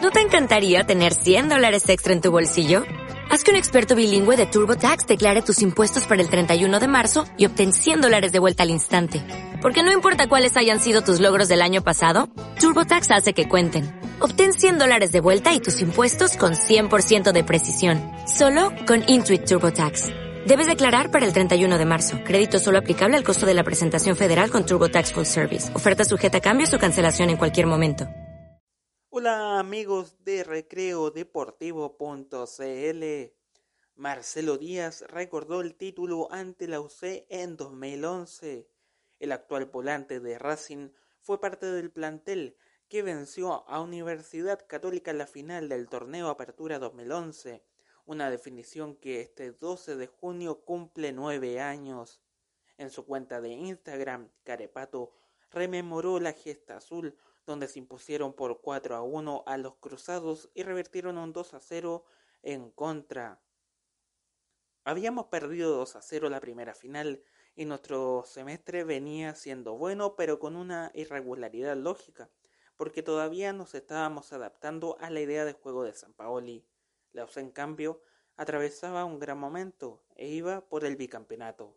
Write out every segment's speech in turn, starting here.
¿No te encantaría tener $100 extra en tu bolsillo? Haz que un experto bilingüe de TurboTax declare tus impuestos para el 31 de marzo y obtén $100 de vuelta al instante. Porque no importa cuáles hayan sido tus logros del año pasado, TurboTax hace que cuenten. Obtén $100 de vuelta y tus impuestos con 100% de precisión. Solo con Intuit TurboTax. Debes declarar para el 31 de marzo. Crédito solo aplicable al costo de la presentación federal con TurboTax Full Service. Oferta sujeta a cambios o cancelación en cualquier momento. Hola amigos de recreodeportivo.cl. Marcelo Díaz recordó el título ante la UC en 2011. El actual volante de Racing fue parte del plantel que venció a Universidad Católica en la final del torneo Apertura 2011, una definición que este 12 de junio cumple 9 años. En su cuenta de Instagram, Carepato rememoró la gesta azul, donde se impusieron por 4-1 a los Cruzados y revirtieron un 2-0 en contra. Habíamos perdido 2-0 la primera final y nuestro semestre venía siendo bueno, pero con una irregularidad lógica, porque todavía nos estábamos adaptando a la idea de juego de Sampaoli. La UC, en cambio, atravesaba un gran momento e iba por el bicampeonato.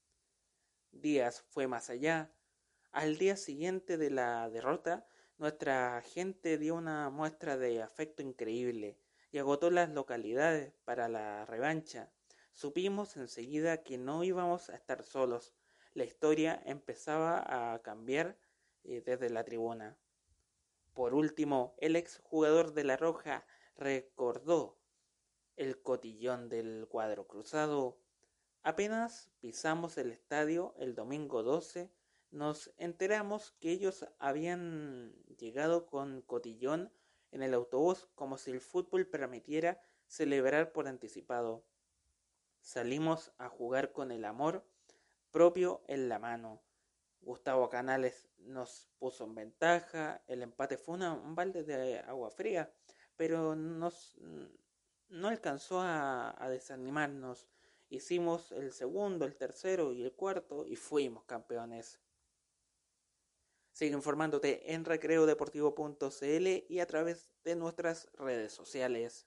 Díaz fue más allá. Al día siguiente de la derrota, nuestra gente dio una muestra de afecto increíble y agotó las localidades para la revancha. Supimos enseguida que no íbamos a estar solos. La historia empezaba a cambiar desde la tribuna. Por último, el ex jugador de La Roja recordó el cotillón del cuadro cruzado. Apenas pisamos el estadio el domingo 12, nos enteramos que ellos habían llegado con cotillón en el autobús, como si el fútbol permitiera celebrar por anticipado. Salimos a jugar con el amor propio en la mano. Gustavo Canales nos puso en ventaja, el empate fue un balde de agua fría, pero no alcanzó a desanimarnos. Hicimos el segundo, el tercero y el cuarto y fuimos campeones. Sigue informándote en recreodeportivo.cl y a través de nuestras redes sociales.